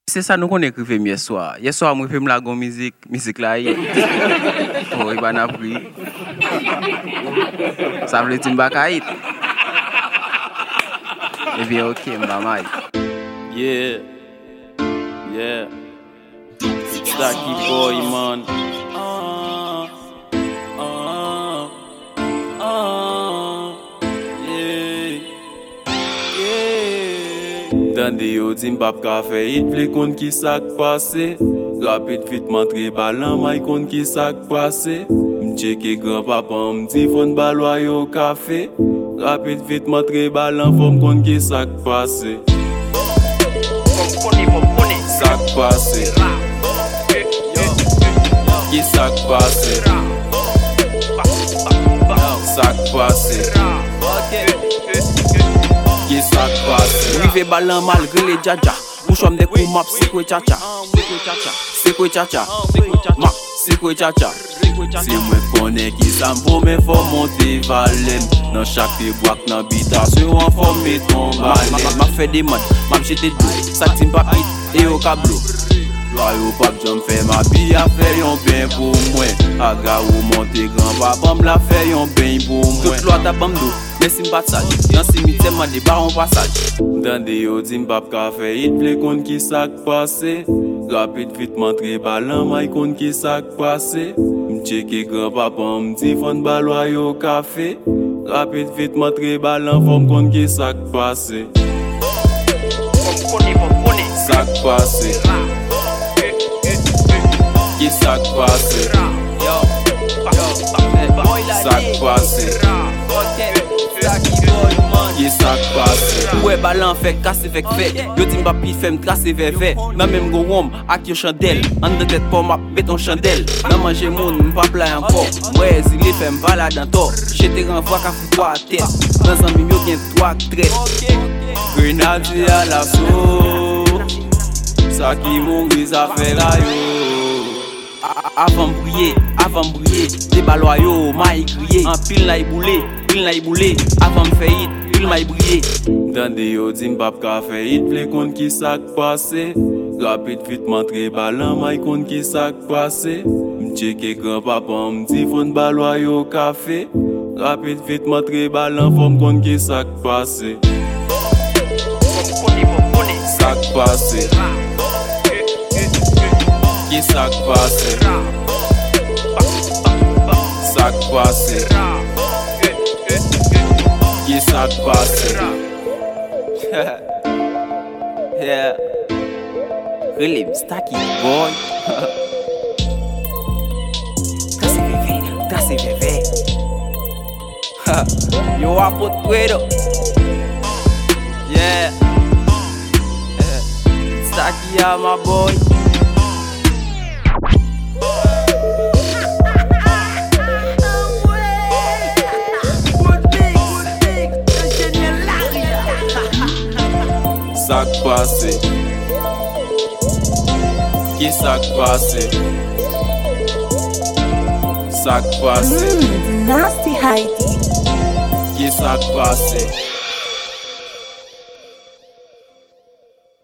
C'est ça nous qu'on écrivait hier soir. Hier soir, moi, je fais la musique là. Oh, il va n'a pris. Ça veut dire que eh bien, ok, m'bamaï. Yeah. Stacky boy, man. Dande yo di m'pap ka fe it, vle kon ki sak pase. Rapide vite montre balan, may kon ki sak pase. M'cheke grand-papa m'di fon balwa yo café. Rapide vite montre balan, fom kon ki sak pase. Sak pase. Ki sak pase. Sak pase. Qui ça passe? Rive balan malgré les djaja. Mouchom de kou map c'est quoi tcha-tcha. C'est quoi tcha-tcha. Map c'est quoi tcha-tcha. Si moi connais qui ça m'vaut mais faut monter valem. Dans chaque boîte dans habitation en forme et ton balem. M'a fait des modes, m'a jeté tout. Ça t'im pas hit et au câble. Loi yo pap j'en fais ma vie a fait yon ben pour moi. Aga ou monter grand-papa m'la fait yon ben pour moi. Toute loi ta bamdou. Merci m'passage, dans cimetière m'a des barons passage. Dande yo di m'pap ka fe it, vle kon ki sak pase. Rapide vite montre balan, may kon ki sak pase. M'cheke grand-papa m'di fon balwa yo café. Rapide vite montre balan, fom kon ki sak pase. Sak pase. Ki sak pase. Sak pase. Qui sak passe? Ouais balan fait casse fait fait. Yo di m'papi fait m'tracer vers vers. Nan même go wom ak yo chandelle. En de tête pour m'a béton chandelle. Nan manger moun m'pa pla encore. Ouais zile fait m'balade dans tort. J'étais renvoi ka fou toi tête. Dans un mime yo gen 3 traits. Grenadier à l'assaut. Ça qui mourit ça fait la yo. Avant briller, des balois yo, maï crié. En pile la boulé, avant m'fait hit, pile maï briller. Dande yo di m'pap ka fe hit, vle kon ki sak pase. Rapide vite montre balan, maï kon ki sak pase. M'cheke grand-papa m'di fon balois yo café. Rapide vite montre balan, fom kon ki sak pase. Sak pase. Qui sak passe? Sak passe. Qui sak passe? Yeah. Really, Stacky boy. Tracé bébé. Yo apotuero. Yeah. Stacky ya my boy. Sak passe. Qui sak passe? Sak passe. Nasty Heidi. Qui sak passe?